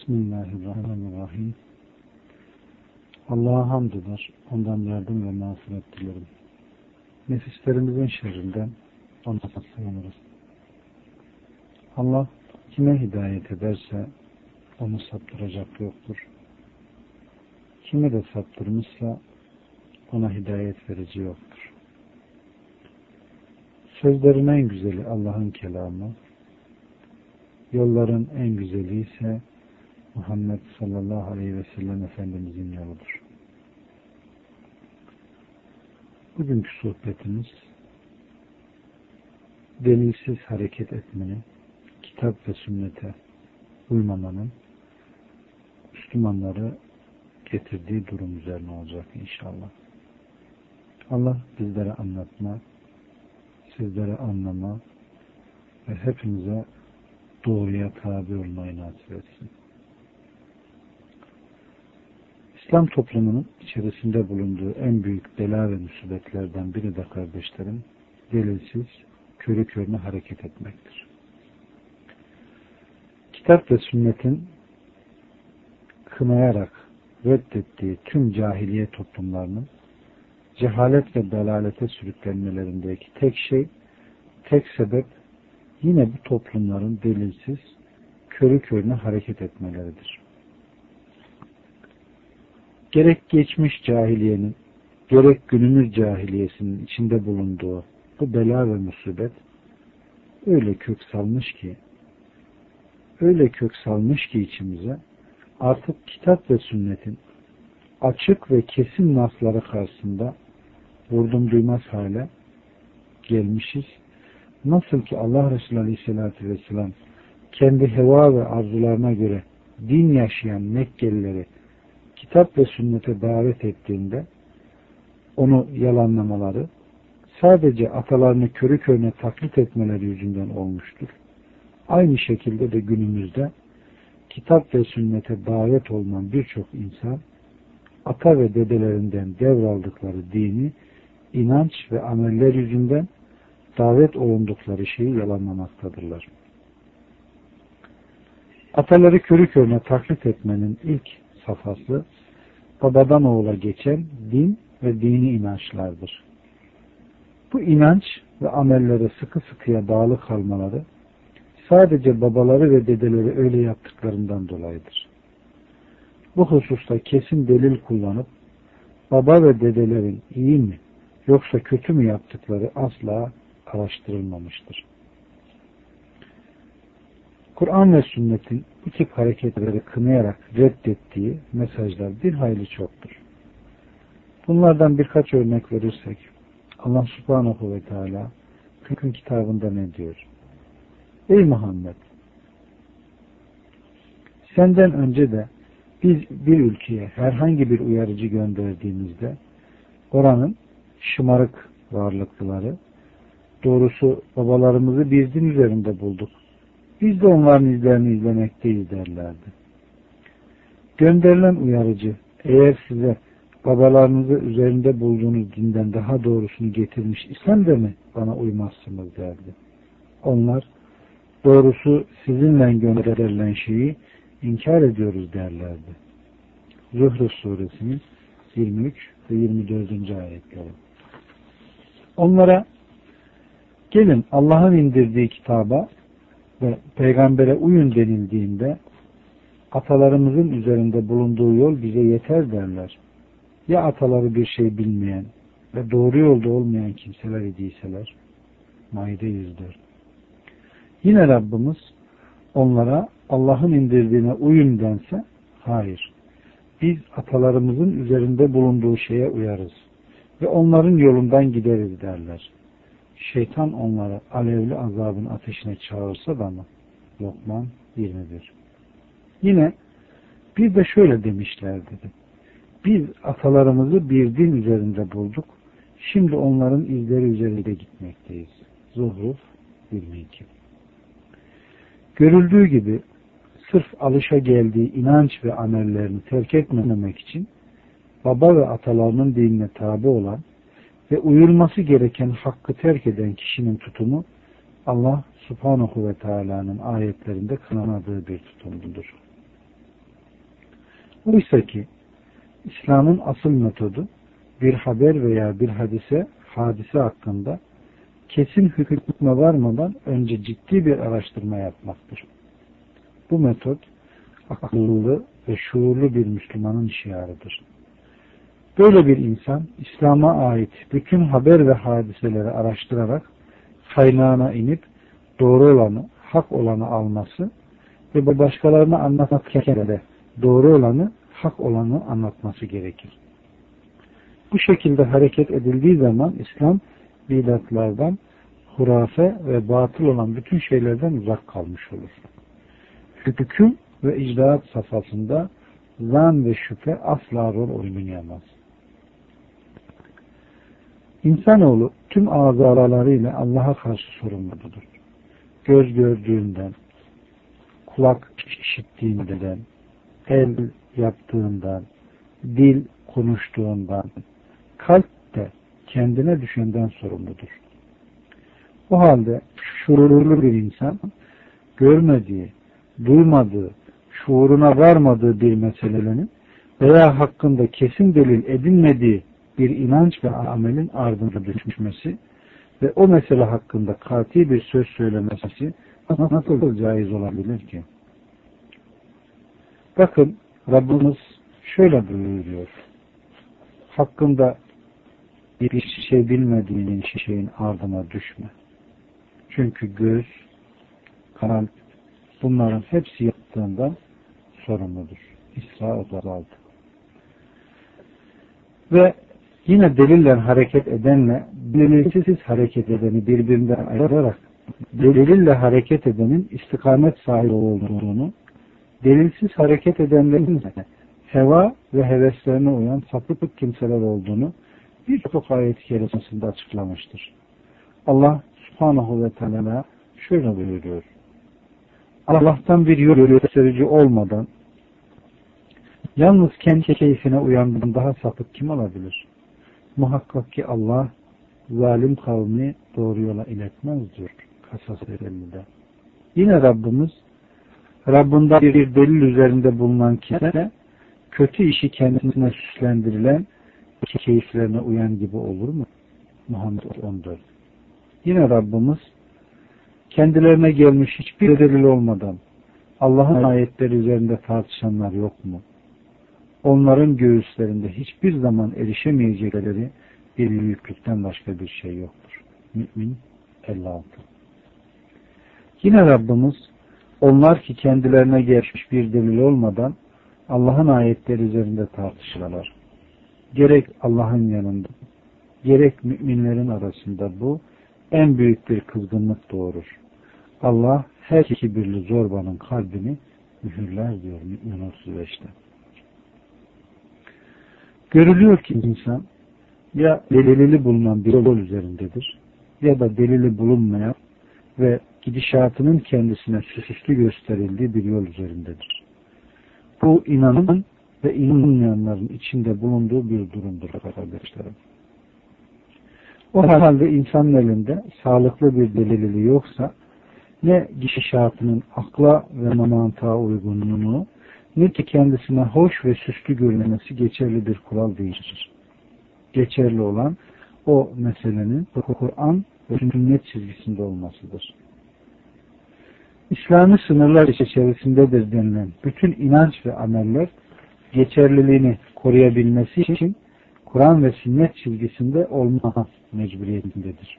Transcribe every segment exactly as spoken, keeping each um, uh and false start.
Bismillahirrahmanirrahim. Allah'a hamd eder, ondan yardım ve mağfiret dilerim. Nefislerimizin şerrinden ona sığınırız. Allah kime hidayet ederse onu saptıracak yoktur. Kime de saptırmışsa ona hidayet verici yoktur. Sözlerin en güzeli Allah'ın kelamı, yolların en güzeli ise Muhammed sallallahu aleyhi ve sellem Efendimizin yoludur. Bugünkü sohbetimiz delilsiz hareket etmenin, kitap ve sünnete uymamanın Müslümanları getirdiği durum üzerine olacak inşallah. Allah bizlere anlatma, sizlere anlama ve hepimize doğruya tabi olmayı nasip etsin. İslam toplumunun içerisinde bulunduğu en büyük bela ve musibetlerden biri de kardeşlerim, delilsiz, körü körüne hareket etmektir. Kitap ve sünnetin kınayarak reddettiği tüm cahiliye toplumlarının cehalet ve dalalete sürüklenmelerindeki tek şey, tek sebep yine bu toplumların delilsiz, körü körüne hareket etmeleridir. Gerek geçmiş cahiliyenin, gerek günümüz cahiliyesinin içinde bulunduğu bu bela ve musibet öyle kök salmış ki, öyle kök salmış ki içimize artık kitap ve sünnetin açık ve kesin nasları karşısında vurdum duymaz hale gelmişiz. Nasıl ki Allah Resulü Aleyhisselatü Vesselam kendi heva ve arzularına göre din yaşayan Mekkelileri kitap ve sünnete davet ettiğinde onu yalanlamaları sadece atalarını körü körüne taklit etmeleri yüzünden olmuştur. Aynı şekilde de günümüzde kitap ve sünnete davet olunan birçok insan ata ve dedelerinden devraldıkları dini, inanç ve ameller yüzünden davet olundukları şeyi yalanlamaktadırlar. Ataları körü körüne taklit etmenin ilk safhası babadan oğula geçen din ve dini inançlardır. Bu inanç ve amellere sıkı sıkıya bağlı kalmaları sadece babaları ve dedeleri öyle yaptıklarından dolayıdır. Bu hususta kesin delil kullanıp baba ve dedelerin iyi mi yoksa kötü mü yaptıkları asla araştırılmamıştır. Kur'an ve sünnetin bu tip hareketleri kınayarak reddettiği mesajlar bir hayli çoktur. Bunlardan birkaç örnek verirsek Allah Subhanahu ve Teala Kırkın kitabında ne diyor? Ey Muhammed! Senden önce de biz bir ülkeye herhangi bir uyarıcı gönderdiğimizde oranın şımarık varlıklıları doğrusu babalarımızı bir din üzerinde bulduk. Biz de onların izlerini izlemekteyiz derlerdi. Gönderilen uyarıcı eğer size babalarınızı üzerinde bulduğunuz dinden daha doğrusunu getirmiş isem de mi bana uymazsınız derdi. Onlar doğrusu sizinle gönderilen şeyi inkar ediyoruz derlerdi. Zuhruf suresinin yirmi üç ve yirmi dördüncü ayetleri. Onlara gelin Allah'ın indirdiği kitaba ve peygambere uyun denildiğinde atalarımızın üzerinde bulunduğu yol bize yeter derler. Ya ataları bir şey bilmeyen ve doğru yolda olmayan kimseler idiyseler? Maide yüz dört. Yine Rabbimiz onlara Allah'ın indirdiğine uyun dense hayır. Biz atalarımızın üzerinde bulunduğu şeye uyarız ve onların yolundan gideriz derler. Şeytan onları alevli azabın ateşine çağırsa da mı? Lokman yirmi bir. Yine bir de şöyle demişler dedi. Biz atalarımızı bir din üzerinde bulduk. Şimdi onların izleri üzerinde gitmekteyiz. Zuhruf yirmi iki. Görüldüğü gibi sırf alışa geldiği inanç ve amellerini terk etmemek için baba ve atalarının dinine tabi olan ve uyulması gereken hakkı terk eden kişinin tutumu Allah Subhanahu ve Teala'nın ayetlerinde kınanadığı bir tutumdur. Oysa ki İslam'ın asıl metodu bir haber veya bir hadise, hadise hakkında kesin hükme varmadan önce ciddi bir araştırma yapmaktır. Bu metot akıllı ve şuurlu bir Müslümanın şiarıdır. Böyle bir insan İslam'a ait bütün haber ve hadiseleri araştırarak kaynağına inip doğru olanı, hak olanı alması ve başkalarına anlatırken de doğru olanı, hak olanı anlatması gerekir. Bu şekilde hareket edildiği zaman İslam bidatlardan, hurafe ve batıl olan bütün şeylerden uzak kalmış olur. Hüküm ve icraat safhasında zan ve şüphe asla rol oynayamaz. İnsanoğlu tüm azalarıyla Allah'a karşı sorumludur. Göz gördüğünden, kulak işittiğinden, el yaptığından, dil konuştuğundan, kalp de kendine düşenden sorumludur. O halde şuurlu bir insan görmediği, duymadığı, şuuruna varmadığı bir meselenin veya hakkında kesin delil edinmediği bir inanç ve amelin ardında düşmesi ve o mesele hakkında kati bir söz söylemesi nasıl caiz olabilir ki? Bakın Rabbimiz şöyle buyuruyor. Hakkında bir şey bilmediğin şeyin ardına düşme. Çünkü göz, kalp, bunların hepsi yaptığından sorumludur. İsra otuz altı. Ve yine delille hareket edenle delilsiz hareket edeni birbirinden ayırarak delille hareket edenin istikamet sahibi olduğunu, delilsiz hareket edenlerin heva ve heveslerine uyan sapık kimseler olduğunu birçok ayet-i kerimesinde açıklamıştır. Allah Subhanahu ve Teala şöyle buyuruyor. Allah'tan bir yol gösterici olmadan yalnız kendi keyfine uyandan daha sapık kim olabilir? Muhakkak ki Allah zalim kavmi doğru yola iletmez diyor Kasas elinde. Yine Rabbimiz Rabbinden bir delil üzerinde bulunan kimse kötü işi kendisine süslendirilen keyiflerine uyan gibi olur mu? Muhammed on dört. Yine Rabbimiz kendilerine gelmiş hiçbir delil olmadan Allah'ın ayetleri üzerinde tartışanlar yok mu? Onların göğüslerinde hiçbir zaman erişemeyecekleri bir büyüklükten başka bir şey yoktur. Mü'min elli altı. Yine Rabbimiz onlar ki kendilerine gelmiş bir delil olmadan Allah'ın ayetleri üzerinde tartışırlar. Gerek Allah'ın yanında, gerek müminlerin arasında bu en büyük bir kızgınlık doğurur. Allah her kibirli zorbanın kalbini mühürler diyor Mü'min otuz beşte. Görülüyor ki insan ya delili bulunan bir yol üzerindedir ya da delili bulunmayan ve gidişatının kendisine süslü gösterildiği bir yol üzerindedir. Bu inanan ve inanmayanların içinde bulunduğu bir durumdur arkadaşlarım. O halde insanın elinde sağlıklı bir delili yoksa ne gidişatının akla ve mantığa uygunluğunu ne ki kendisine hoş ve süslü görünmesi geçerli bir kural değişir. Geçerli olan o meselenin Kur'an ve sünnet çizgisinde olmasıdır. İslami sınırlar içerisindedir denilen bütün inanç ve ameller geçerliliğini koruyabilmesi için Kur'an ve sünnet çizgisinde olma mecburiyetindedir.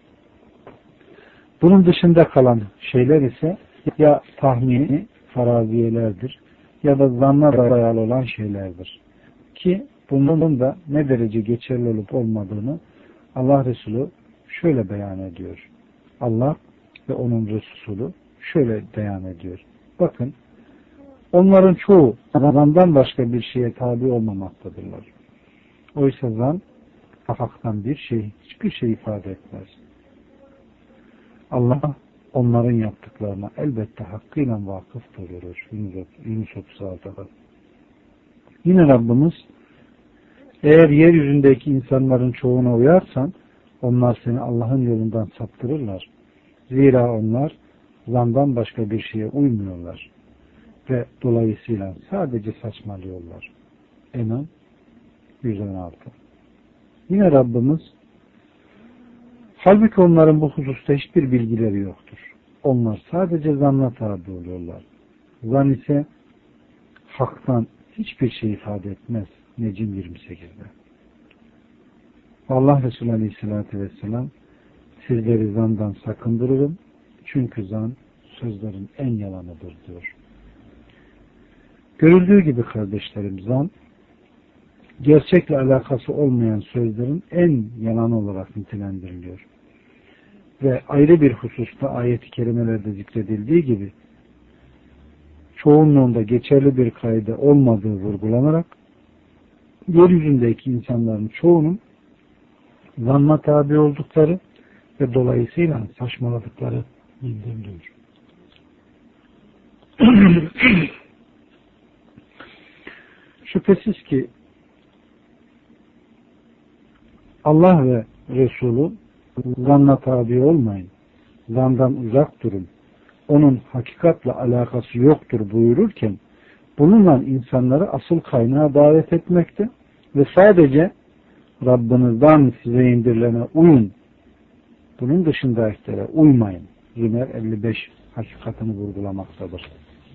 Bunun dışında kalan şeyler ise ya tahmini faraziyelerdir ya da zanna dayalı olan şeylerdir. Ki bunun da ne derece geçerli olup olmadığını Allah Resulü şöyle beyan ediyor. Allah ve onun Resulü şöyle beyan ediyor. Bakın, onların çoğu zandan başka bir şeye tabi olmamaktadırlar. Oysa zan haktan bir şey, hiçbir şey ifade etmez. Allah onların yaptıklarına elbette hakkıyla vakıftır diyor Yunus otuz altıda. Yine Rabbimiz eğer yeryüzündeki insanların çoğuna uyarsan onlar seni Allah'ın yolundan saptırırlar. Zira onlar zandan başka bir şeye uymuyorlar. ve dolayısıyla sadece saçmalıyorlar. Enam yüz on altı. Yine Rabbimiz, halbuki onların bu hususta hiçbir bilgileri yoktur. Onlar sadece zanna tabi oluyorlar. Zan ise haktan hiçbir şey ifade etmez. Necim yirmi sekizde. Allah Resulü Aleyhisselatü Vesselam, sizleri zandan sakındırırım. Çünkü zan sözlerin en yalanıdır diyor. Görüldüğü gibi kardeşlerim, zan gerçekle alakası olmayan sözlerin en yalanı olarak nitelendiriliyor. Ve ayrı bir hususta ayet-i kerimelerde zikredildiği gibi çoğunluğunda geçerli bir kaide olmadığı vurgulanarak yeryüzündeki insanların çoğunun zanna tabi oldukları ve dolayısıyla saçmaladıkları bildiriliyor. Şüphesiz ki Allah ve Resulü zanna tabi olmayın, zandan uzak durun, onun hakikatle alakası yoktur buyururken bununla insanları asıl kaynağa davet etmekte ve sadece Rabbinizden size indirilene uyun, bunun dışındakilere uymayın. Zümer elli beş hakikatini vurgulamaktadır.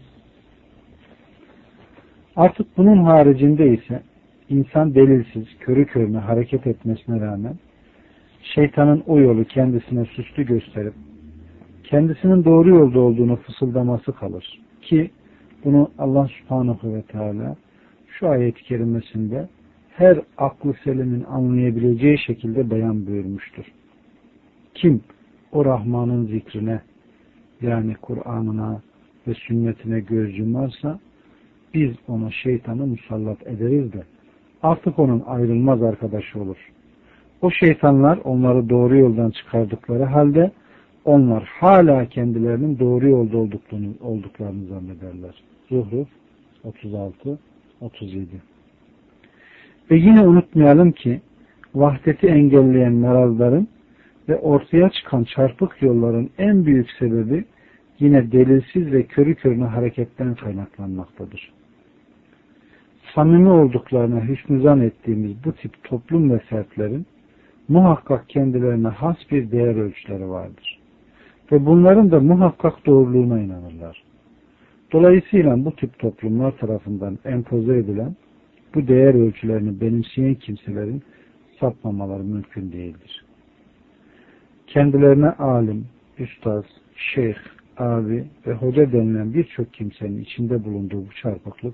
Artık bunun haricinde ise insan delilsiz, körü körüne hareket etmesine rağmen şeytanın o yolu kendisine süslü gösterip kendisinin doğru yolda olduğunu fısıldaması kalır. Ki bunu Allah Subhanahu ve Teala şu ayet-i kerimesinde her aklı selimin anlayabileceği şekilde beyan buyurmuştur. Kim o Rahman'ın zikrine, yani Kur'an'ına ve sünnetine göz yumarsa biz ona şeytanı musallat ederiz de artık onun ayrılmaz arkadaşı olur. O şeytanlar onları doğru yoldan çıkardıkları halde onlar hala kendilerinin doğru yolda olduklarını, olduklarını zannederler. Zuhruf otuz altı otuz yedi. Ve yine unutmayalım ki vahdeti engelleyen merazların ve ortaya çıkan çarpık yolların en büyük sebebi yine delilsiz ve körü körüne hareketten kaynaklanmaktadır. Samimi olduklarına hüsnü zan ettiğimiz bu tip toplum ve fertlerin muhakkak kendilerine has bir değer ölçüleri vardır. Ve bunların da muhakkak doğruluğuna inanırlar. Dolayısıyla bu tip toplumlar tarafından empoze edilen bu değer ölçülerini benimseyen kimselerin sapmamaları mümkün değildir. Kendilerine alim, üstaz, şeyh, abi ve hoca denilen birçok kimsenin içinde bulunduğu bu çarpıklık,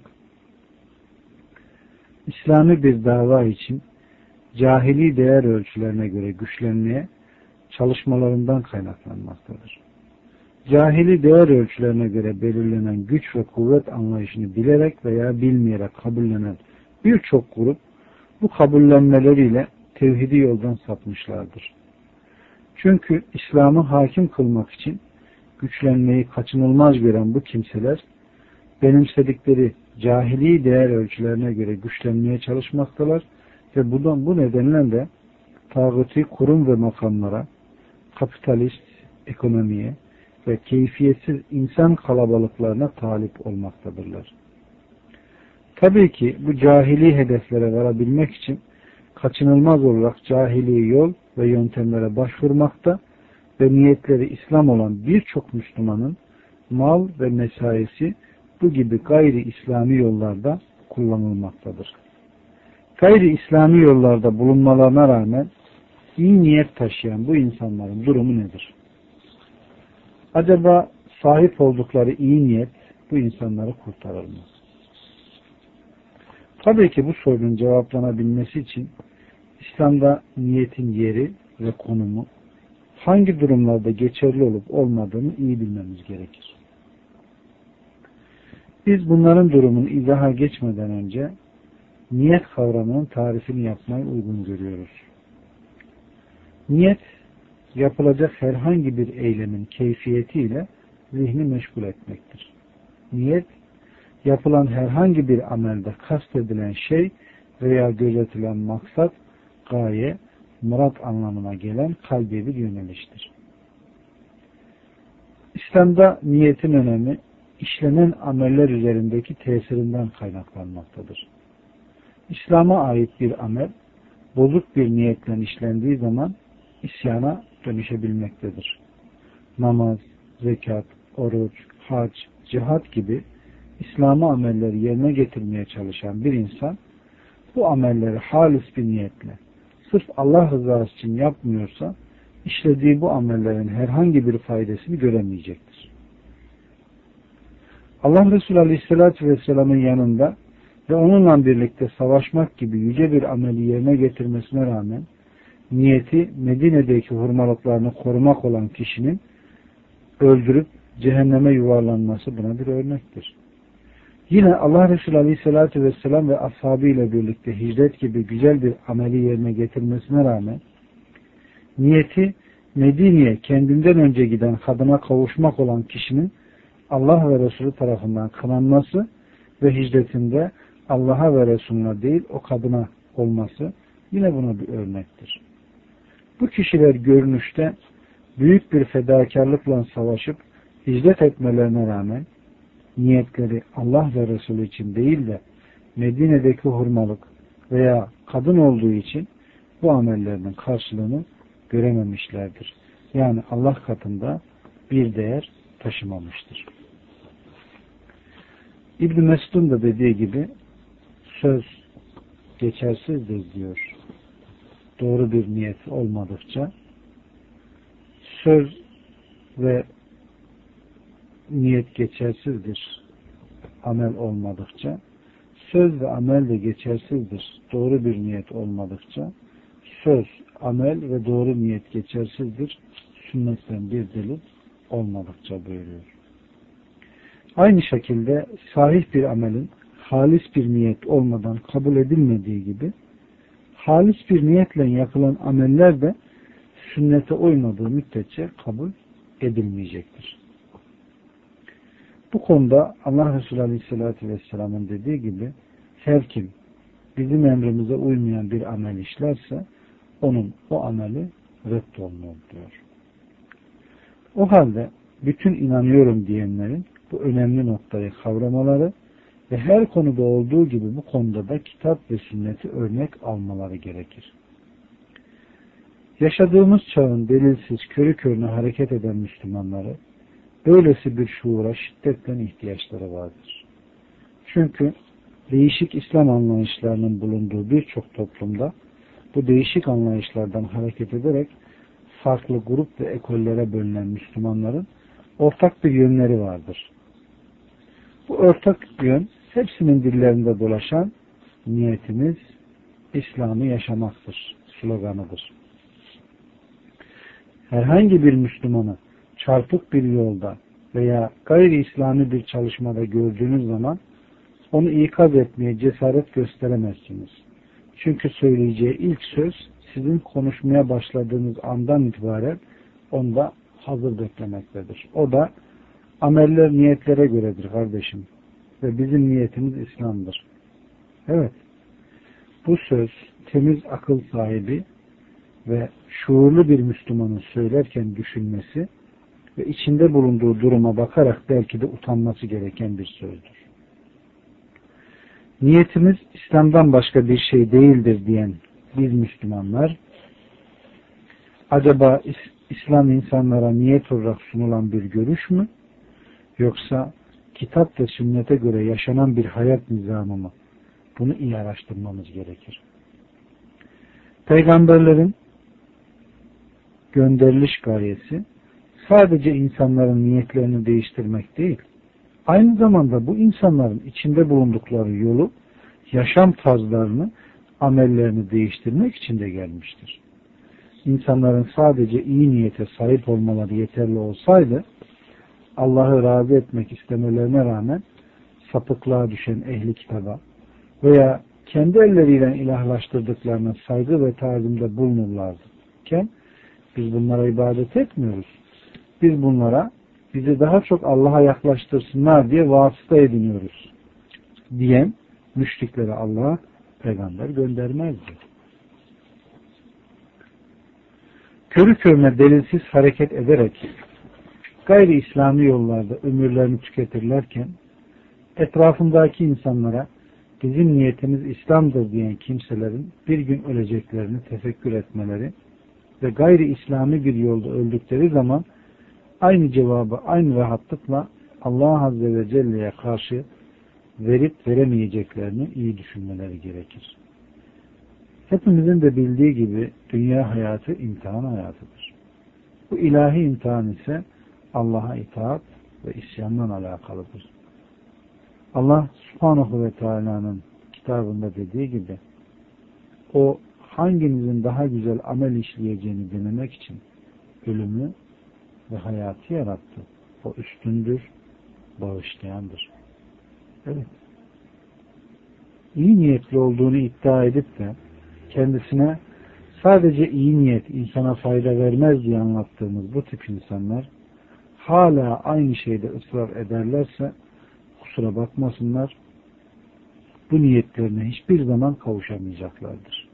İslami bir dava için cahili değer ölçülerine göre güçlenmeye çalışmalarından kaynaklanmaktadır. Cahili değer ölçülerine göre belirlenen güç ve kuvvet anlayışını bilerek veya bilmeyerek kabullenen birçok grup bu kabullenmeleriyle tevhidi yoldan sapmışlardır. Çünkü İslam'ı hakim kılmak için güçlenmeyi kaçınılmaz gören bu kimseler benimsedikleri cahili değer ölçülerine göre güçlenmeye çalışmaktalar ve bundan bu nedenle de tağuti kurum ve makamlara, kapitalist ekonomiye ve keyfiyetsiz insan kalabalıklarına talip olmaktadırlar. Tabii ki bu cahili hedeflere varabilmek için kaçınılmaz olarak cahili yol ve yöntemlere başvurmakta ve niyetleri İslam olan birçok Müslümanın mal ve mesaisi bu gibi gayri İslami yollarda kullanılmaktadır. Gayri İslami yollarda bulunmalarına rağmen iyi niyet taşıyan bu insanların durumu nedir? Acaba sahip oldukları iyi niyet bu insanları kurtarır mı? Tabii ki bu sorunun cevaplanabilmesi için İslam'da niyetin yeri ve konumu hangi durumlarda geçerli olup olmadığını iyi bilmemiz gerekir. Biz bunların durumunu izaha geçmeden önce niyet kavramının tarifini yapmayı uygun görüyoruz. Niyet, yapılacak herhangi bir eylemin keyfiyetiyle zihni meşgul etmektir. Niyet, yapılan herhangi bir amelde kastedilen şey veya gözetilen maksat, gaye, murat anlamına gelen kalbi bir yöneliştir. İslam'da niyetin önemi işlenen ameller üzerindeki tesirinden kaynaklanmaktadır. İslam'a ait bir amel, bozuk bir niyetle işlendiği zaman isyana dönüşebilmektedir. Namaz, zekat, oruç, hac, cihat gibi İslam'a amelleri yerine getirmeye çalışan bir insan, bu amelleri halis bir niyetle, sırf Allah rızası için yapmıyorsa, işlediği bu amellerin herhangi bir faydasını göremeyecektir. Allah Resulü Aleyhisselatü Vesselam'ın yanında ve onunla birlikte savaşmak gibi yüce bir ameli yerine getirmesine rağmen, niyeti Medine'deki hurmalıklarını korumak olan kişinin öldürüp cehenneme yuvarlanması buna bir örnektir. Yine Allah Resulü Aleyhisselatü Vesselam ve ashabı ile birlikte hicret gibi güzel bir ameli yerine getirmesine rağmen, niyeti Medine'ye kendinden önce giden kadına kavuşmak olan kişinin Allah ve Resulü tarafından kınanması ve hicretinde Allah'a ve Resulüne değil o kadına olması yine buna bir örnektir. Bu kişiler görünüşte büyük bir fedakarlıkla savaşıp hicret etmelerine rağmen niyetleri Allah ve Resulü için değil de Medine'deki hurmalık veya kadın olduğu için bu amellerinin karşılığını görememişlerdir. Yani Allah katında bir değer taşımamıştır. İbn Mesud'un da dediği gibi söz geçersizdir diyor. Doğru bir niyet olmadıkça söz ve niyet geçersizdir. Amel olmadıkça söz ve amel de geçersizdir. Doğru bir niyet olmadıkça söz, amel ve doğru niyet geçersizdir. Sünnetten bir delil olmadıkça buyuruyor. Aynı şekilde sahih bir amelin halis bir niyet olmadan kabul edilmediği gibi halis bir niyetle yapılan ameller de sünnete uymadığı müddetçe kabul edilmeyecektir. Bu konuda Allah Resulü Aleyhisselatü Vesselam'ın dediği gibi her kim bizim emrimize uymayan bir amel işlerse onun o ameli reddolunur diyor. O halde bütün inanıyorum diyenlerin bu önemli noktayı kavramaları ve her konuda olduğu gibi bu konuda da kitap ve sünneti örnek almaları gerekir. Yaşadığımız çağın delilsiz körü körüne hareket eden Müslümanları böylesi bir şuura şiddetle ihtiyaçları vardır. Çünkü değişik İslam anlayışlarının bulunduğu birçok toplumda bu değişik anlayışlardan hareket ederek farklı grup ve ekollere bölünen Müslümanların ortak bir yönleri vardır. Bu ortak yön hepsinin dillerinde dolaşan niyetimiz İslam'ı yaşamaktır sloganıdır. Herhangi bir Müslümanı çarpık bir yolda veya gayri İslami bir çalışmada gördüğünüz zaman onu ikaz etmeye cesaret gösteremezsiniz. Çünkü söyleyeceği ilk söz sizin konuşmaya başladığınız andan itibaren onda hazır beklemektedir. O da ameller niyetlere göredir kardeşim ve bizim niyetimiz İslam'dır. Evet, bu söz temiz akıl sahibi ve şuurlu bir Müslümanın söylerken düşünmesi ve içinde bulunduğu duruma bakarak belki de utanması gereken bir sözdür. Niyetimiz İslam'dan başka bir şey değildir diyen biz Müslümanlar, acaba İslam insanlara niyet olarak sunulan bir görüş mü? Yoksa kitap ve sünnete göre yaşanan bir hayat nizamı mı? Bunu iyi araştırmamız gerekir. Peygamberlerin gönderiliş gayesi sadece insanların niyetlerini değiştirmek değil, aynı zamanda bu insanların içinde bulundukları yolu, yaşam tarzlarını, amellerini değiştirmek için de gelmiştir. İnsanların sadece iyi niyete sahip olmaları yeterli olsaydı, Allah'ı razı etmek istemelerine rağmen sapıklığa düşen ehli kitaba veya kendi elleriyle ilahlaştırdıklarına saygı ve tazimde bulunurlarken biz bunlara ibadet etmiyoruz. Biz bunlara bizi daha çok Allah'a yaklaştırsınlar diye vasıta ediniyoruz diyen müşriklere Allah'a peygamber göndermezdi. Körü körüne delilsiz hareket ederek gayri İslami yollarda ömürlerini tüketirlerken etrafındaki insanlara bizim niyetimiz İslam'dır diyen kimselerin bir gün öleceklerini tefekkür etmeleri ve gayri İslami bir yolda öldükleri zaman aynı cevabı aynı rahatlıkla Allah Azze ve Celle'ye karşı verip veremeyeceklerini iyi düşünmeleri gerekir. Hepimizin de bildiği gibi dünya hayatı imtihan hayatıdır. Bu ilahi imtihan ise Allah'a itaat ve isyandan alakalıdır. Allah Subhanahu ve Teala'nın kitabında dediği gibi o hanginizin daha güzel amel işleyeceğini denemek için ölümü ve hayatı yarattı. O üstündür, bağışlayandır. Evet. İyi niyetli olduğunu iddia edip de kendisine sadece iyi niyet insana fayda vermez diye anlattığımız bu tip insanlar hala aynı şeyde ısrar ederlerse kusura bakmasınlar, bu niyetlerine hiçbir zaman kavuşamayacaklardır.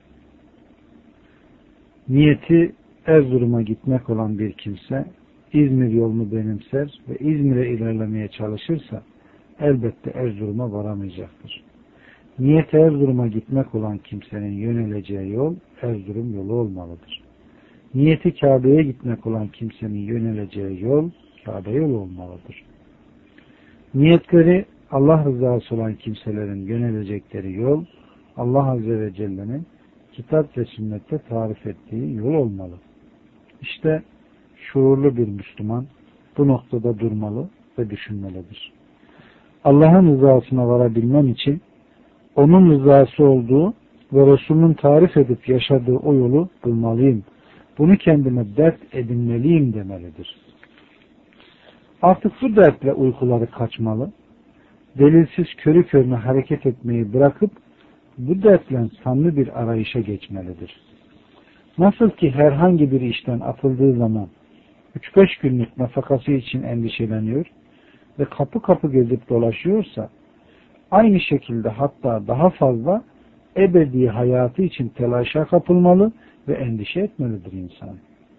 Niyeti Erzurum'a gitmek olan bir kimse İzmir yolunu benimser ve İzmir'e ilerlemeye çalışırsa elbette Erzurum'a varamayacaktır. Niyeti Erzurum'a gitmek olan kimsenin yöneleceği yol Erzurum yolu olmalıdır. Niyeti Kabe'ye gitmek olan kimsenin yöneleceği yol Kabe yolu olmalıdır. Niyetleri Allah rızası olan kimselerin yönelecekleri yol Allah Azze ve Celle'nin kitap ve sünnette tarif ettiği yol olmalı. İşte şuurlu bir Müslüman bu noktada durmalı ve düşünmelidir. Allah'ın rızasına varabilmem için onun rızası olduğu ve Resulünün tarif edip yaşadığı o yolu bulmalıyım. Bunu kendime dert edinmeliyim demelidir. Artık bu dertle uykuları kaçmalı, delilsiz körü körüne hareket etmeyi bırakıp bu dertle samimi bir arayışa geçmelidir. Nasıl ki herhangi bir işten atıldığı zaman üç beş günlük nafakası için endişeleniyor ve kapı kapı gezip dolaşıyorsa, aynı şekilde hatta daha fazla ebedi hayatı için telaşa kapılmalı ve endişe etmelidir insan.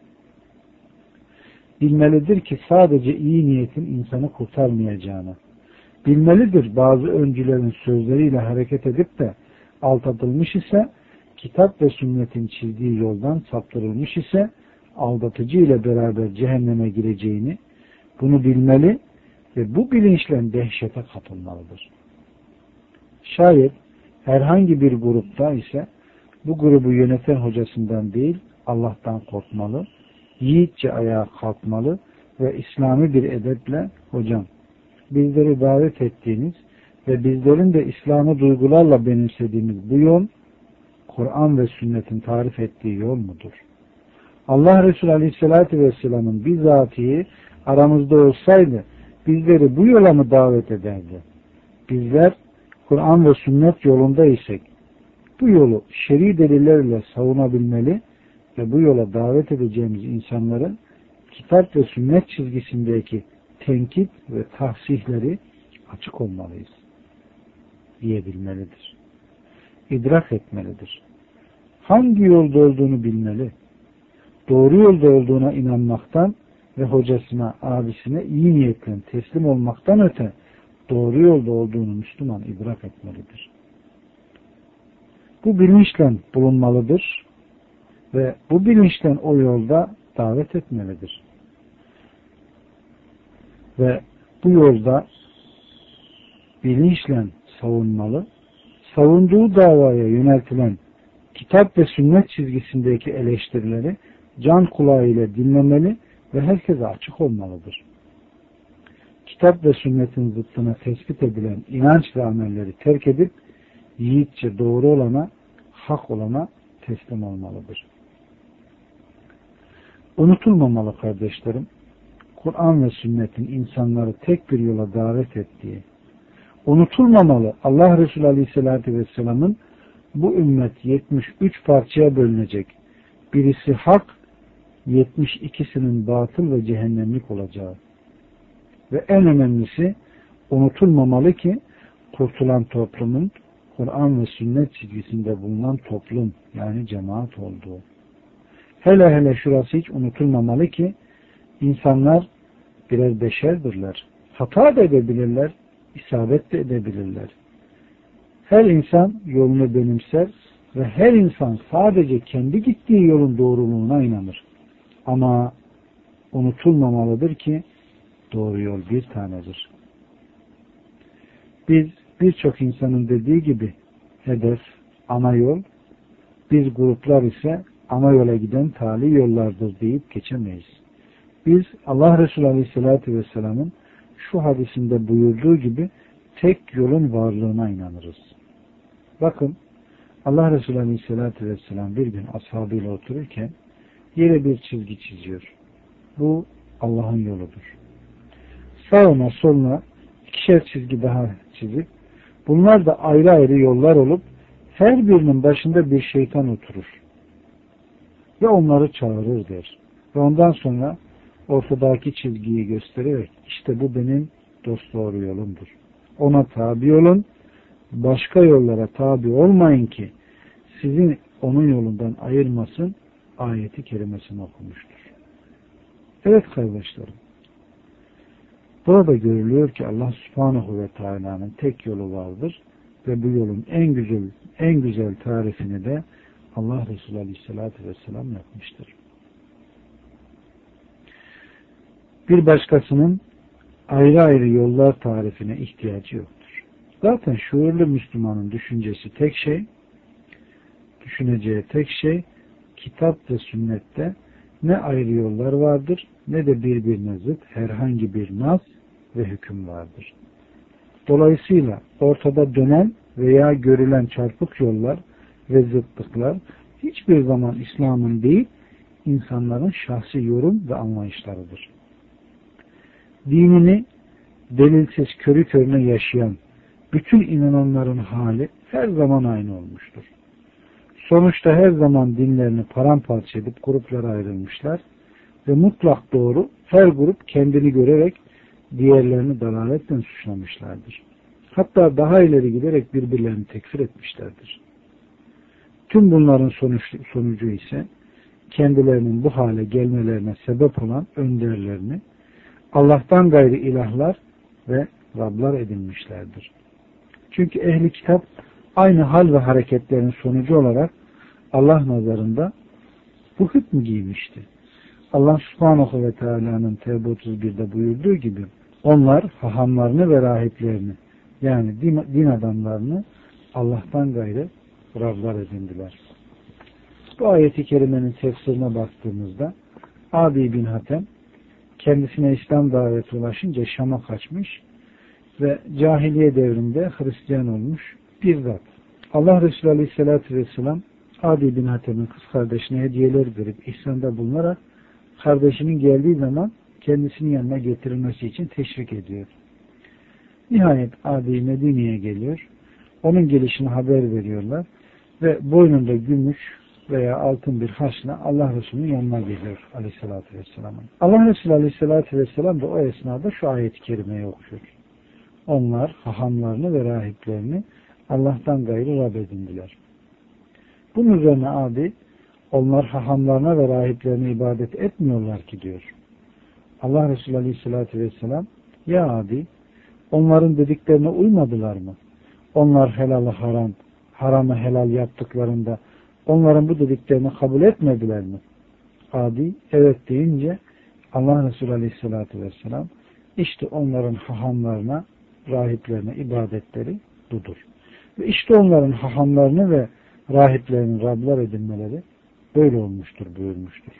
Bilmelidir ki sadece iyi niyetin insanı kurtarmayacağını, bilmelidir bazı öncülerin sözleriyle hareket edip de aldatılmış ise, kitap ve sünnetin çizdiği yoldan saptırılmış ise, aldatıcı ile beraber cehenneme gireceğini, bunu bilmeli ve bu bilinçle dehşete kapılmalıdır. Şayet herhangi bir grupta ise bu grubu yöneten hocasından değil Allah'tan korkmalı, yiğitçe ayağa kalkmalı ve İslami bir edeple hocam bizleri davet ettiğiniz ve bizlerin de İslam'ı duygularla benimsediğimiz bu yol Kur'an ve sünnetin tarif ettiği yol mudur? Allah Resulü Aleyhisselatü Vesselam'ın bizatihi aramızda olsaydı bizleri bu yola mı davet ederdi? Bizler Kur'an ve sünnet yolunda isek bu yolu şer'i delillerle savunabilmeli ve bu yola davet edeceğimiz insanların kitap ve sünnet çizgisindeki tenkit ve tahsihleri açık olmalıyız diyebilmelidir. İdrak etmelidir. Hangi yolda olduğunu bilmeli. Doğru yolda olduğuna inanmaktan ve hocasına, abisine iyi niyetle teslim olmaktan öte doğru yolda olduğunu Müslüman idrak etmelidir. Bu bilinçle bulunmalıdır ve bu bilinçle o yolda davet etmelidir. Ve bu yolda bilinçle savunmalı, savunduğu davaya yöneltilen kitap ve sünnet çizgisindeki eleştirileri can kulağıyla dinlemeli ve herkese açık olmalıdır. Kitap ve sünnetin zıttına tespit edilen inanç ve amelleri terk edip yiğitçe doğru olana, hak olana teslim olmalıdır. Unutulmamalı kardeşlerim, Kur'an ve sünnetin insanları tek bir yola davet ettiği, unutulmamalı Allah Resulü Aleyhisselatü Vesselam'ın bu ümmet yetmiş üç parçaya bölünecek, birisi hak, yetmiş ikisinin batıl ve cehennemlik olacağı. Ve en önemlisi unutulmamalı ki kurtulan toplumun Kur'an ve sünnet çizgisinde bulunan toplum yani cemaat olduğu. Hele hele şurası hiç unutulmamalı ki insanlar birer beşerdirler. Hata da edebilirler, isabet de edebilirler. Her insan yolunu benimser ve her insan sadece kendi gittiği yolun doğruluğuna inanır. Ama unutulmamalıdır ki doğru yol bir tanedir. Biz birçok insanın dediği gibi hedef, ana yol, biz gruplar ise ana yola giden tali yollardır deyip geçemeyiz. Biz Allah Resulü Aleyhisselatü Vesselam'ın şu hadisinde buyurduğu gibi tek yolun varlığına inanırız. Bakın Allah Resulü Aleyhisselatü Vesselam bir gün ashabıyla otururken yere bir çizgi çiziyor. Bu Allah'ın yoludur. Sağına soluna ikişer çizgi daha çizip bunlar da ayrı ayrı yollar olup her birinin başında bir şeytan oturur. Ve onları çağırır der. Ve ondan sonra ortadaki çizgiyi göstererek işte bu benim dosdoğru yolumdur. Ona tabi olun, başka yollara tabi olmayın ki sizin onun yolundan ayırmasın ayeti kerimesini okumuştur. Evet kardeşlerim, burada görülüyor ki Allah Subhanahu ve Teala'nın tek yolu vardır ve bu yolun en güzel en güzel tarifini de Allah Resulü Aleyhisselatü Vesselam yapmıştır. Bir başkasının ayrı ayrı yollar tarifine ihtiyacı yoktur. Zaten şuurlu Müslümanın düşüncesi tek şey, düşüneceği tek şey, kitap ve sünnette ne ayrı yollar vardır ne de birbirine zıt herhangi bir nas ve hüküm vardır. Dolayısıyla ortada dönen veya görülen çarpık yollar ve zıtlıklar hiçbir zaman İslam'ın değil, insanların şahsi yorum ve anlayışlarıdır. Dinini delilsiz körü körüne yaşayan bütün inananların hali her zaman aynı olmuştur. Sonuçta her zaman dinlerini paramparça edip gruplara ayrılmışlar ve mutlak doğru her grup kendini görerek diğerlerini dalaletle suçlamışlardır. Hatta daha ileri giderek birbirlerini tekfir etmişlerdir. Tüm bunların sonuç, sonucu ise kendilerinin bu hale gelmelerine sebep olan önderlerini Allah'tan gayrı ilahlar ve Rablar edinmişlerdir. Çünkü ehli kitap aynı hal ve hareketlerin sonucu olarak Allah nazarında bu hükmü giymişti. Allah Subhanahu ve Teala'nın Tevbe otuz birde buyurduğu gibi onlar hahamlarını ve rahiplerini yani din, din adamlarını Allah'tan gayrı Rablar edindiler. Bu ayeti kerimenin tefsirine baktığımızda Adi bin Hatem kendisine İslam daveti ulaşınca Şam'a kaçmış ve cahiliye devrinde Hristiyan olmuş bir zat. Allah Resulü Aleyhisselatü Vesselam Adi bin Hatem'in kız kardeşine hediyeler verip ihsanda bulunarak kardeşinin geldiği zaman kendisinin yanına getirilmesi için teşvik ediyor. Nihayet Adi Medine'ye geliyor. Onun gelişini haber veriyorlar ve boynunda gümüş veya altın bir haçla Allah Resulü'nün yanına geliyor Aleyhisselatü Vesselam'ın. Allah Resulü Aleyhisselatü Vesselam da o esnada şu ayet-i kerimeyi okuyor. Onlar hahamlarını ve rahiplerini Allah'tan gayrı Rab edindiler. Bunun üzerine Adi onlar hahamlarına ve rahiplerine ibadet etmiyorlar ki diyor. Allah Resulü Aleyhisselatü Vesselam ya Adi onların dediklerine uymadılar mı? Onlar helalı haram, haramı helal yaptıklarında onların bu dediklerini kabul etmediler mi? Adi evet deyince Allah Resulü Aleyhisselatü Vesselam işte onların hahamlarına, rahiplerine ibadetleri budur. Ve işte onların hahamlarını ve rahiplerinin Rablar edinmeleri böyle olmuştur buyurmuştur.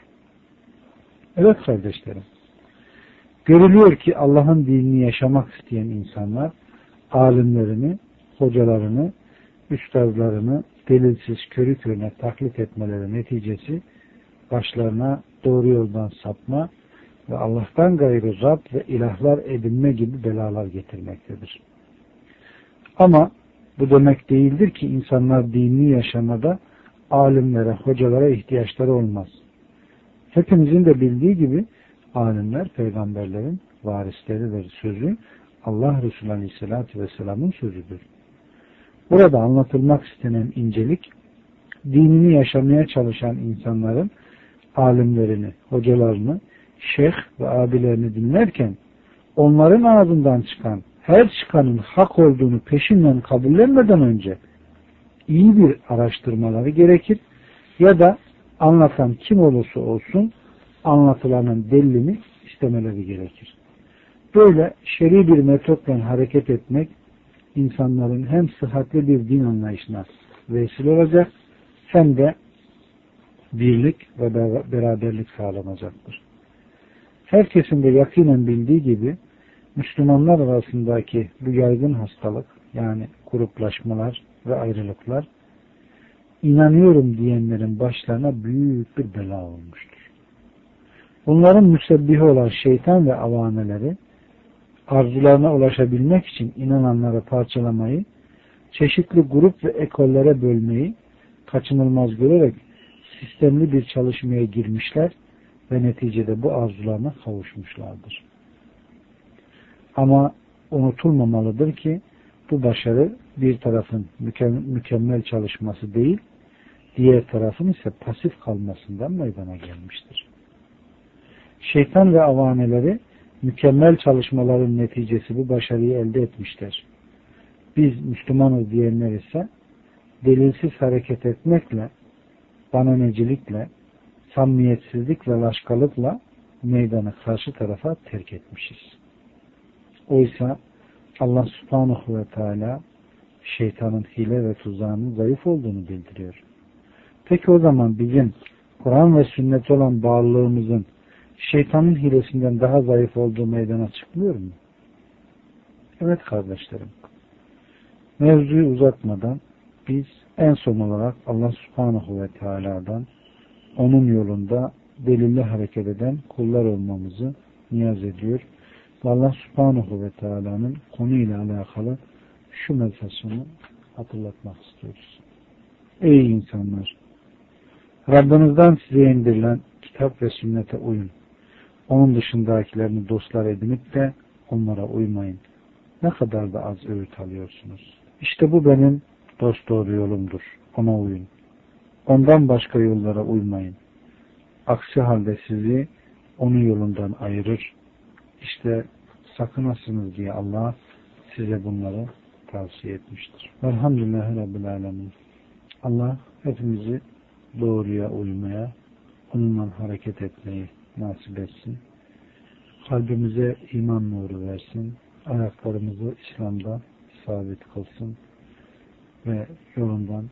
Evet kardeşlerim, görülüyor ki Allah'ın dinini yaşamak isteyen insanlar alimlerini, hocalarını, üstazlarını delilsiz körü körüne taklit etmeleri neticesi başlarına doğru yoldan sapma ve Allah'tan gayrı Rab ve ilahlar edinme gibi belalar getirmektedir. Ama bu demek değildir ki insanlar dinini yaşamada alimlere, hocalara ihtiyaçları olmaz. Hepimizin de bildiği gibi alimler peygamberlerin varisleridir. Sözü Allah Resulü Aleyhisselatü Vesselam'ın sözüdür. Burada anlatılmak istenen incelik, dinini yaşamaya çalışan insanların alimlerini, hocalarını, şeyh ve abilerini dinlerken onların ağzından çıkan her çıkanın hak olduğunu peşinden kabullenmeden önce iyi bir araştırmaları gerekir ya da anlatan kim olursa olsun anlatılanın delilini istemeleri gerekir. Böyle şer'i bir metotla hareket etmek insanların hem sıhhatli bir din anlayışına vesile olacak hem de birlik ve beraberlik sağlanacaktır. Herkesin de yakinen bildiği gibi Müslümanlar arasındaki bu yaygın hastalık, yani gruplaşmalar ve ayrılıklar, inanıyorum diyenlerin başlarına büyük bir bela olmuştur. Bunların müsebbihi olan şeytan ve avaneleri arzularına ulaşabilmek için inananları parçalamayı, çeşitli grup ve ekollere bölmeyi kaçınılmaz görerek sistemli bir çalışmaya girmişler ve neticede bu arzularına kavuşmuşlardır. Ama unutulmamalıdır ki bu başarı bir tarafın mükemmel çalışması değil, diğer tarafın ise pasif kalmasından meydana gelmiştir. Şeytan ve avaneleri mükemmel çalışmaların neticesi bu başarıyı elde etmişler. Biz Müslümanız diyenler ise delilsiz hareket etmekle, bananecilikle, samimiyetsizlik ve laşkalıkla meydanı karşı tarafa terk etmişiz. Oysa Allah subhanahu ve teala şeytanın hile ve tuzağının zayıf olduğunu bildiriyor. Peki o zaman bizim Kur'an ve sünnet olan bağlılığımızın şeytanın hilesinden daha zayıf olduğu meydana çıkmıyor mu? Evet kardeşlerim. Mevzuyu uzatmadan biz en son olarak Allah subhanahu ve teala'dan onun yolunda delille hareket eden kullar olmamızı niyaz ediyor. Ve Allah subhanahu ve teala'nın konuyla alakalı şu mesajını hatırlatmak istiyoruz. Ey insanlar! Rabbinizden size indirilen kitap ve sünnete uyun. Onun dışındakilerini dostlar edinip de onlara uymayın. Ne kadar da az öğüt alıyorsunuz. İşte bu benim dosdoğru yolumdur. Ona uyun. Ondan başka yollara uymayın. Aksi halde sizi onun yolundan ayırır. İşte sakınasınız diye Allah size bunları tavsiye etmiştir. Elhamdülillahi Rabbil Alemin. Allah hepimizi doğruya uymaya, onunla hareket etmeyi nasip etsin. Kalbimize iman nuru versin. Ayaklarımızı İslam'da sabit kılsın ve yolundan